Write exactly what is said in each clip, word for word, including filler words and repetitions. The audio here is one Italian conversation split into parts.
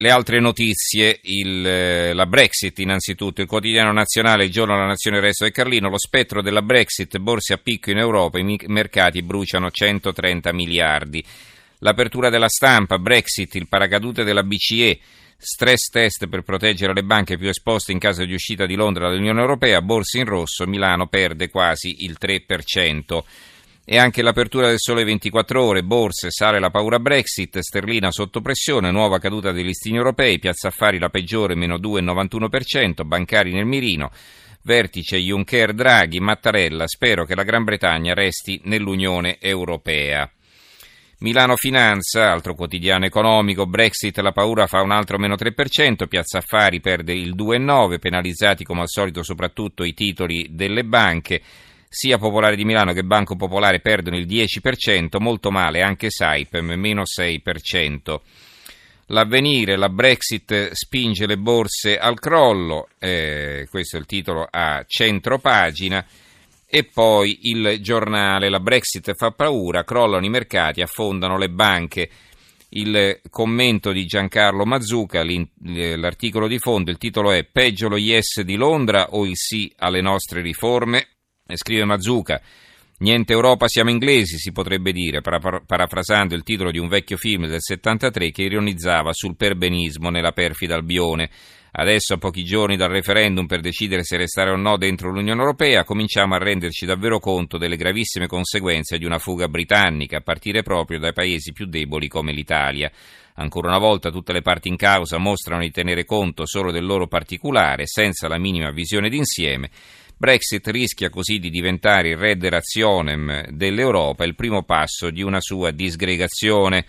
Le altre notizie, il, la Brexit innanzitutto, il quotidiano nazionale, il giorno della nazione, il resto del Carlino, lo spettro della Brexit, borse a picco in Europa, i mercati bruciano centotrenta miliardi. L'apertura della stampa, Brexit, il paracadute della B C E, stress test per proteggere le banche più esposte in caso di uscita di Londra dall'Unione Europea, borse in rosso, Milano perde quasi il tre per cento. E anche l'apertura del Sole ventiquattro Ore, borse, sale la paura Brexit, sterlina sotto pressione, nuova caduta dei listini europei, Piazza Affari la peggiore, meno due virgola novantuno per cento, bancari nel mirino, vertice Juncker Draghi, Mattarella, spero che la Gran Bretagna resti nell'Unione Europea. Milano Finanza, altro quotidiano economico, Brexit, la paura fa un altro meno tre per cento, Piazza Affari perde il due virgola nove per cento, penalizzati come al solito soprattutto i titoli delle banche. Sia Popolare di Milano che Banco Popolare perdono il dieci per cento, molto male anche Saipem, meno sei per cento. L'Avvenire, la Brexit spinge le borse al crollo, eh, questo è il titolo a centropagina, e poi il Giornale, la Brexit fa paura, crollano i mercati, affondano le banche. Il commento di Giancarlo Mazzuca, l'articolo di fondo, il titolo è peggio lo yes di Londra o il sì alle nostre riforme? Scrive Mazzuca, niente Europa siamo inglesi, si potrebbe dire, para- parafrasando il titolo di un vecchio film del settantatré che ironizzava sul perbenismo nella perfida Albione. Adesso, a pochi giorni dal referendum per decidere se restare o no dentro l'Unione Europea, cominciamo a renderci davvero conto delle gravissime conseguenze di una fuga britannica, a partire proprio dai paesi più deboli come l'Italia. Ancora una volta tutte le parti in causa mostrano di tenere conto solo del loro particolare, senza la minima visione d'insieme. Brexit rischia così di diventare il redde rationem dell'Europa, il primo passo di una sua disgregazione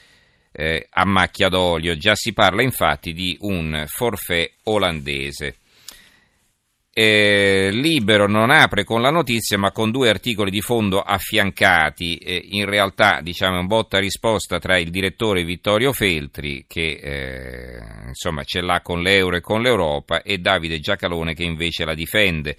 eh, a macchia d'olio. Già si parla infatti di un forfait olandese. Eh, Libero non apre con la notizia ma con due articoli di fondo affiancati, eh, in realtà diciamo un botta risposta tra il direttore Vittorio Feltri che eh, insomma ce l'ha con l'euro e con l'Europa e Davide Giacalone che invece la difende.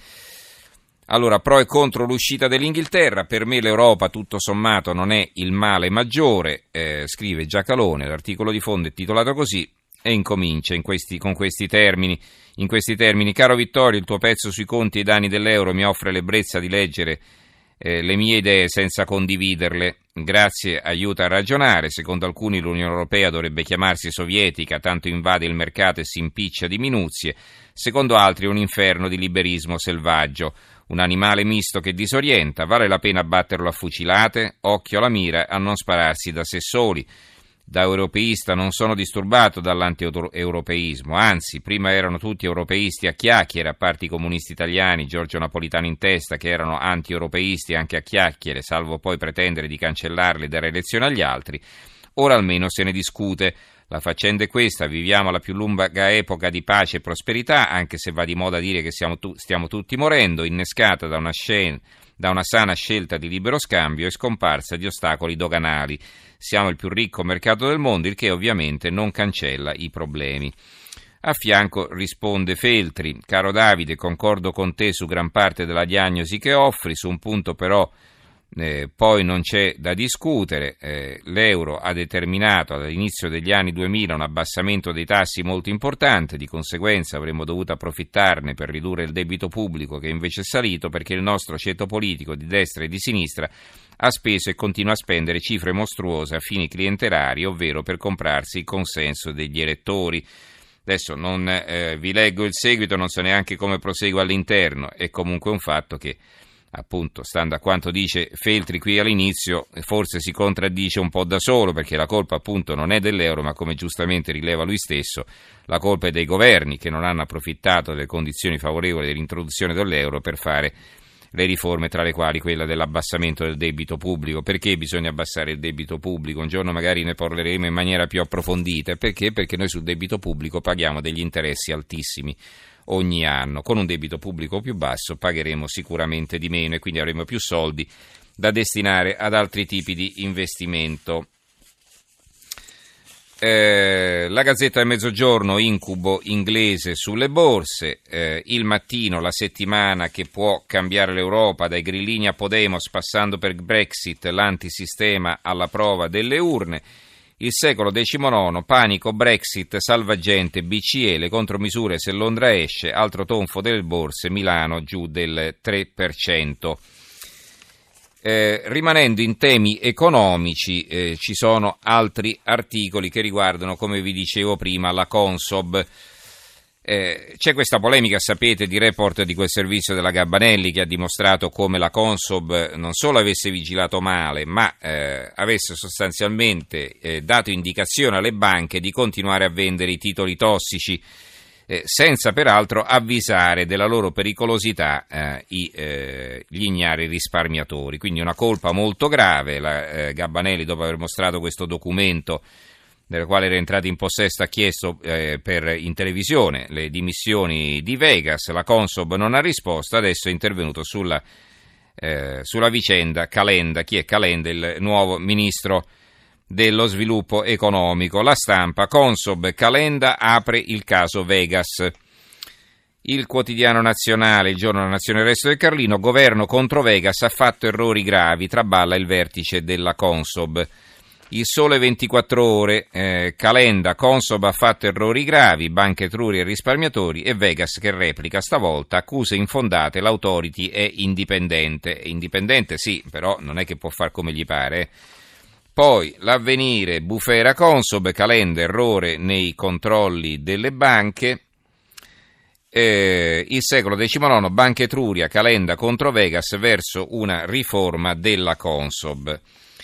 Allora, pro e contro l'uscita dell'Inghilterra, per me l'Europa tutto sommato non è il male maggiore, eh, scrive Giacalone, l'articolo di fondo è titolato così e incomincia in questi, con questi termini. In questi termini, caro Vittorio, il tuo pezzo sui conti e i danni dell'euro mi offre l'ebbrezza di leggere eh, le mie idee senza condividerle. Grazie, aiuta a ragionare. Secondo alcuni l'Unione Europea dovrebbe chiamarsi sovietica, tanto invade il mercato e si impiccia di minuzie. Secondo altri è un inferno di liberismo selvaggio. Un animale misto che disorienta. Vale la pena batterlo a fucilate? Occhio alla mira a non spararsi da sé soli. Da europeista non sono disturbato dall'anti-europeismo, anzi, prima erano tutti europeisti a chiacchiere, a parte i comunisti italiani, Giorgio Napolitano in testa, che erano anti-europeisti anche a chiacchiere, salvo poi pretendere di cancellarli e dare lezione agli altri. Ora almeno se ne discute. La faccenda è questa, viviamo la più lunga epoca di pace e prosperità, anche se va di moda dire che siamo tu- stiamo tutti morendo, innescata da una scena, da una sana scelta di libero scambio e scomparsa di ostacoli doganali. Siamo il più ricco mercato del mondo, il che ovviamente non cancella i problemi. A fianco risponde Feltri, caro Davide, concordo con te su gran parte della diagnosi che offri, su un punto però eh, poi non c'è da discutere, eh, l'euro ha determinato all'inizio degli anni duemila un abbassamento dei tassi molto importante, di conseguenza avremmo dovuto approfittarne per ridurre il debito pubblico che invece è salito perché il nostro ceto politico di destra e di sinistra ha speso e continua a spendere cifre mostruose a fini clientelari, ovvero per comprarsi il consenso degli elettori. Adesso non eh, vi leggo il seguito, non so neanche come prosegue all'interno, è comunque un fatto che, appunto, stando a quanto dice Feltri qui all'inizio, forse si contraddice un po' da solo, perché la colpa appunto non è dell'euro, ma come giustamente rileva lui stesso, la colpa è dei governi che non hanno approfittato delle condizioni favorevoli dell'introduzione dell'euro per fare le riforme, tra le quali quella dell'abbassamento del debito pubblico. Perché bisogna abbassare il debito pubblico? Un giorno magari ne parleremo in maniera più approfondita. Perché? Perché noi sul debito pubblico paghiamo degli interessi altissimi ogni anno. Con un debito pubblico più basso pagheremo sicuramente di meno e quindi avremo più soldi da destinare ad altri tipi di investimento. Eh, la Gazzetta del Mezzogiorno, incubo inglese sulle borse, eh, Il Mattino, la settimana che può cambiare l'Europa, dai grillini a Podemos passando per Brexit, l'antisistema alla prova delle urne. Il secolo diciannove, panico Brexit, salvagente B C E, le contromisure se Londra esce, altro tonfo delle borse, Milano giù del tre per cento. Eh, rimanendo in temi economici, eh, ci sono altri articoli che riguardano, come vi dicevo prima, la Consob. Eh, c'è questa polemica, sapete, di report di quel servizio della Gabbanelli che ha dimostrato come la Consob non solo avesse vigilato male, ma eh, avesse sostanzialmente eh, dato indicazione alle banche di continuare a vendere i titoli tossici, eh, senza peraltro avvisare della loro pericolosità eh, i, eh, gli ignari risparmiatori. Quindi una colpa molto grave. La eh, Gabbanelli, dopo aver mostrato questo documento, del quale era entrato in possesso, ha chiesto eh, per in televisione le dimissioni di Vegas. La Consob non ha risposto, adesso è intervenuto sulla, eh, sulla vicenda Calenda. Chi è Calenda? Il nuovo ministro dello sviluppo economico. La Stampa: Consob, Calenda apre il caso Vegas. Il Quotidiano Nazionale, Il Giorno della Nazione, Il Resto del Carlino: governo contro Vegas, ha fatto errori gravi, traballa il vertice della Consob. Il Sole ventiquattro Ore, eh, Calenda, Consob ha fatto errori gravi, banche Etruria e risparmiatori, e Vegas che replica stavolta, accuse infondate, l'autority è indipendente. Indipendente sì, però non è che può far come gli pare. Eh. Poi l'Avvenire, bufera Consob, Calenda, errore nei controlli delle banche. Eh, il Secolo diciannove, banche Etruria, Calenda contro Vegas verso una riforma della Consob.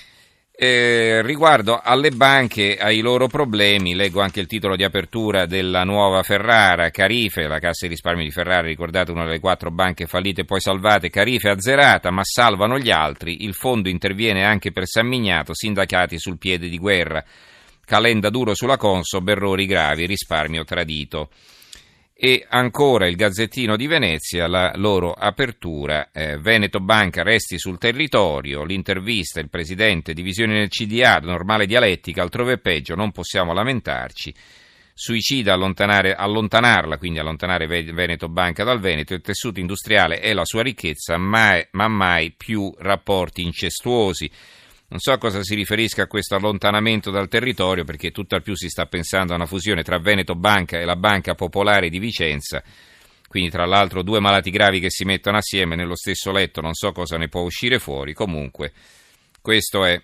Eh, riguardo alle banche, ai loro problemi, leggo anche il titolo di apertura della nuova Ferrara. Carife, la cassa di risparmio di Ferrara, ricordate, una delle quattro banche fallite e poi salvate. Carife azzerata, ma salvano gli altri. Il fondo interviene anche per San Miniato, sindacati sul piede di guerra. Calenda duro sulla Consob, errori gravi, risparmio tradito. E ancora il Gazzettino di Venezia, la loro apertura, eh, Veneto Banca resti sul territorio, l'intervista, il presidente, divisioni nel C D A, normale dialettica, altrove è peggio, non possiamo lamentarci, suicida allontanare, allontanarla, quindi allontanare Veneto Banca dal Veneto, il tessuto industriale è la sua ricchezza, ma, ma mai più rapporti incestuosi. Non so a cosa si riferisca a questo allontanamento dal territorio, perché tutt'al più si sta pensando a una fusione tra Veneto Banca e la Banca Popolare di Vicenza, quindi tra l'altro due malati gravi che si mettono assieme nello stesso letto, non so cosa ne può uscire fuori, comunque questo è.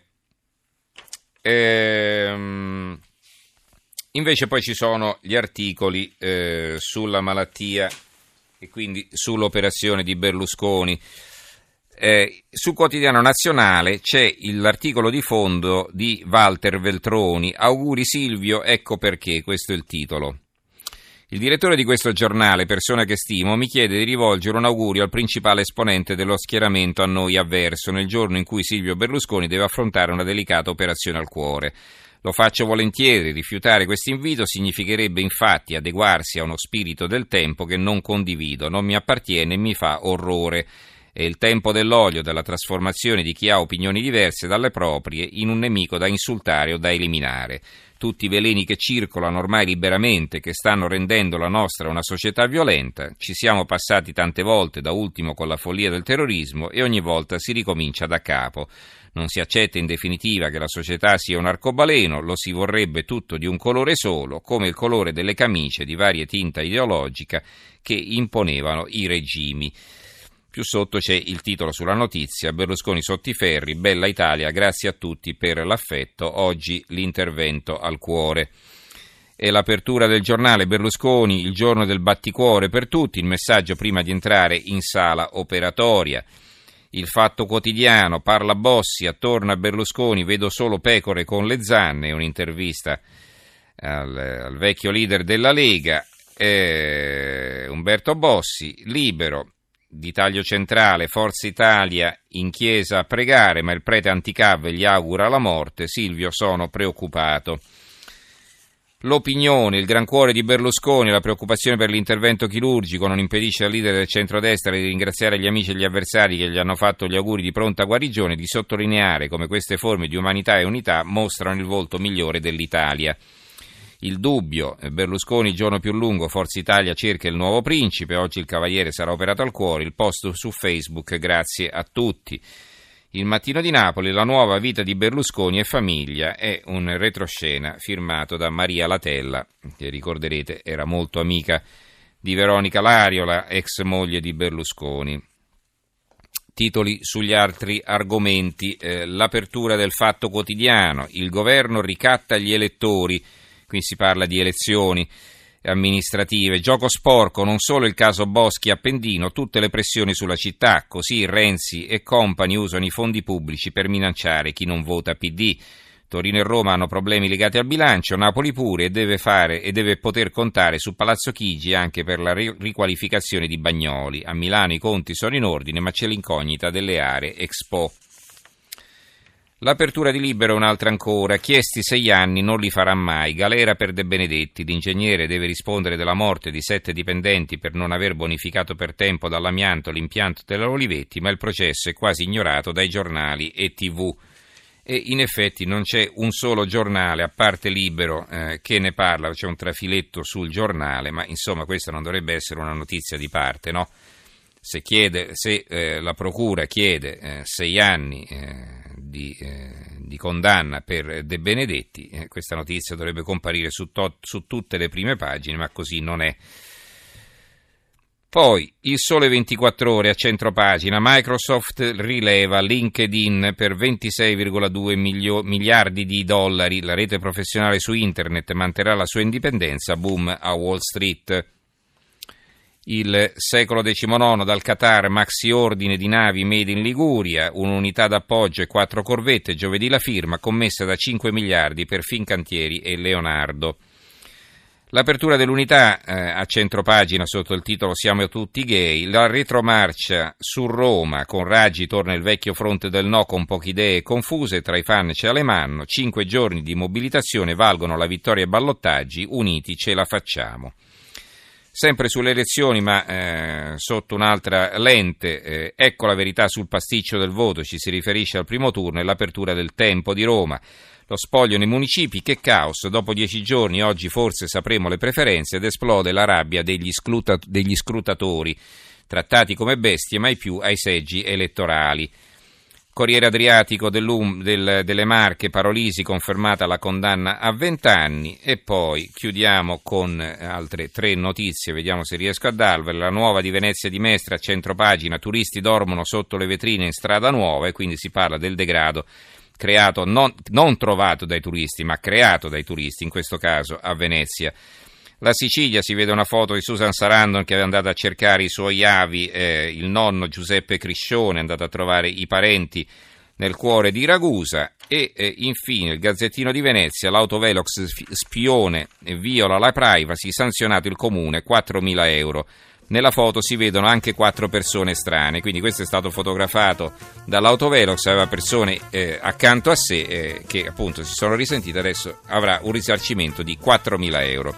Ehm... Invece poi ci sono gli articoli eh, sulla malattia e quindi sull'operazione di Berlusconi. Eh, sul Quotidiano Nazionale c'è l'articolo di fondo di Walter Veltroni, auguri Silvio, ecco perché, questo è il titolo. Il direttore di questo giornale, persona che stimo, mi chiede di rivolgere un augurio al principale esponente dello schieramento a noi avverso, nel giorno in cui Silvio Berlusconi deve affrontare una delicata operazione al cuore. Lo faccio volentieri, rifiutare questo invito significherebbe infatti adeguarsi a uno spirito del tempo che non condivido, non mi appartiene e mi fa orrore. È il tempo dell'olio, della trasformazione di chi ha opinioni diverse dalle proprie in un nemico da insultare o da eliminare. Tutti i veleni che circolano ormai liberamente, che stanno rendendo la nostra una società violenta, ci siamo passati tante volte, da ultimo con la follia del terrorismo, e ogni volta si ricomincia da capo. Non si accetta in definitiva che la società sia un arcobaleno, lo si vorrebbe tutto di un colore solo, come il colore delle camicie di varia tinta ideologica che imponevano i regimi. Più sotto c'è il titolo sulla notizia, Berlusconi sotto i ferri, bella Italia, grazie a tutti per l'affetto, oggi l'intervento al cuore. E l'apertura del giornale, Berlusconi, il giorno del batticuore per tutti, il messaggio prima di entrare in sala operatoria. Il Fatto Quotidiano, parla Bossi, attorno a Berlusconi vedo solo pecore con le zanne, un'intervista al, al vecchio leader della Lega, eh, Umberto Bossi. Libero, di taglio centrale, Forza Italia in chiesa a pregare, ma il prete anticave gli augura la morte, Silvio sono preoccupato. L'Opinione, il gran cuore di Berlusconi, la preoccupazione per l'intervento chirurgico non impedisce al leader del centrodestra di ringraziare gli amici e gli avversari che gli hanno fatto gli auguri di pronta guarigione, di sottolineare come queste forme di umanità e unità mostrano il volto migliore dell'Italia. Il Dubbio, Berlusconi il giorno più lungo, Forza Italia cerca il nuovo principe, oggi il Cavaliere sarà operato al cuore, il post su Facebook, grazie a tutti. Il Mattino di Napoli, la nuova vita di Berlusconi e famiglia, è un retroscena firmato da Maria Latella, che ricorderete era molto amica di Veronica Lario, la ex moglie di Berlusconi. Titoli sugli altri argomenti, eh, l'apertura del Fatto Quotidiano, il governo ricatta gli elettori, qui si parla di elezioni amministrative, gioco sporco, non solo il caso Boschi Appendino, tutte le pressioni sulla città, così Renzi e compagni usano i fondi pubblici per minacciare chi non vota P D. Torino e Roma hanno problemi legati al bilancio, Napoli pure, e deve fare e deve poter contare su Palazzo Chigi anche per la riqualificazione di Bagnoli. A Milano i conti sono in ordine, ma c'è l'incognita delle aree Expo. L'apertura di Libero è un'altra ancora, chiesti sei anni non li farà mai, galera per De Benedetti, l'ingegnere deve rispondere della morte di sette dipendenti per non aver bonificato per tempo dall'amianto l'impianto della Olivetti, ma il processo è quasi ignorato dai giornali e tivù. E in effetti non c'è un solo giornale, a parte Libero, eh, che ne parla, c'è un trafiletto sul giornale, ma insomma questa non dovrebbe essere una notizia di parte, no? Se, chiede, se eh, la procura chiede eh, sei anni eh, di, eh, di condanna per De Benedetti, eh, questa notizia dovrebbe comparire su, to- su tutte le prime pagine, ma così non è. Poi, il Sole ventiquattro Ore a centropagina, Microsoft rileva LinkedIn per ventisei virgola due milio- miliardi di dollari, la rete professionale su internet manterrà la sua indipendenza, boom a Wall Street. Il Secolo diciannove dal Qatar, maxi ordine di navi made in Liguria, un'unità d'appoggio e quattro corvette, giovedì la firma, commessa da cinque miliardi per Fincantieri e Leonardo. L'apertura dell'unità eh, a centropagina sotto il titolo Siamo tutti gay, la retromarcia su Roma, con Raggi torna il vecchio fronte del no con poche idee confuse, tra i fan c'è Alemanno, cinque giorni di mobilitazione valgono la vittoria ai ballottaggi, uniti ce la facciamo. Sempre sulle elezioni, ma eh, sotto un'altra lente, eh, ecco la verità sul pasticcio del voto, ci si riferisce al primo turno e l'apertura del Tempo di Roma. Lo spoglio nei municipi, che caos, dopo dieci giorni oggi forse sapremo le preferenze ed esplode la rabbia degli, scruta- degli scrutatori, trattati come bestie mai più ai seggi elettorali. Corriere Adriatico dell'Um, del, delle Marche, Parolisi, confermata la condanna a vent'anni, e poi chiudiamo con altre tre notizie, vediamo se riesco a darvele. La nuova di Venezia di Mestre a centropagina, turisti dormono sotto le vetrine in strada nuova, e quindi si parla del degrado creato, non, non trovato dai turisti, ma creato dai turisti, in questo caso a Venezia. La Sicilia, si vede una foto di Susan Sarandon che è andata a cercare i suoi avi, eh, il nonno Giuseppe Criscione, è andato a trovare i parenti nel cuore di Ragusa, e eh, infine il Gazzettino di Venezia, l'autovelox spione viola la privacy, sanzionato il comune, quattromila euro. Nella foto si vedono anche quattro persone strane, quindi questo è stato fotografato dall'autovelox, aveva persone eh, accanto a sé eh, che appunto si sono risentite, adesso avrà un risarcimento di quattromila euro.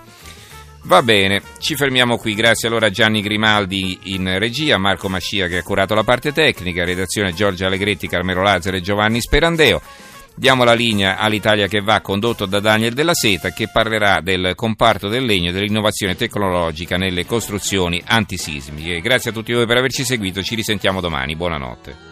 Va bene, ci fermiamo qui, grazie allora a Gianni Grimaldi in regia, Marco Mascia che ha curato la parte tecnica, redazione Giorgia Allegretti, Carmelo Lazzaro e Giovanni Sperandeo. Diamo la linea all'Italia che va, condotto da Daniel Della Seta, che parlerà del comparto del legno e dell'innovazione tecnologica nelle costruzioni antisismiche. Grazie a tutti voi per averci seguito, ci risentiamo domani, buonanotte.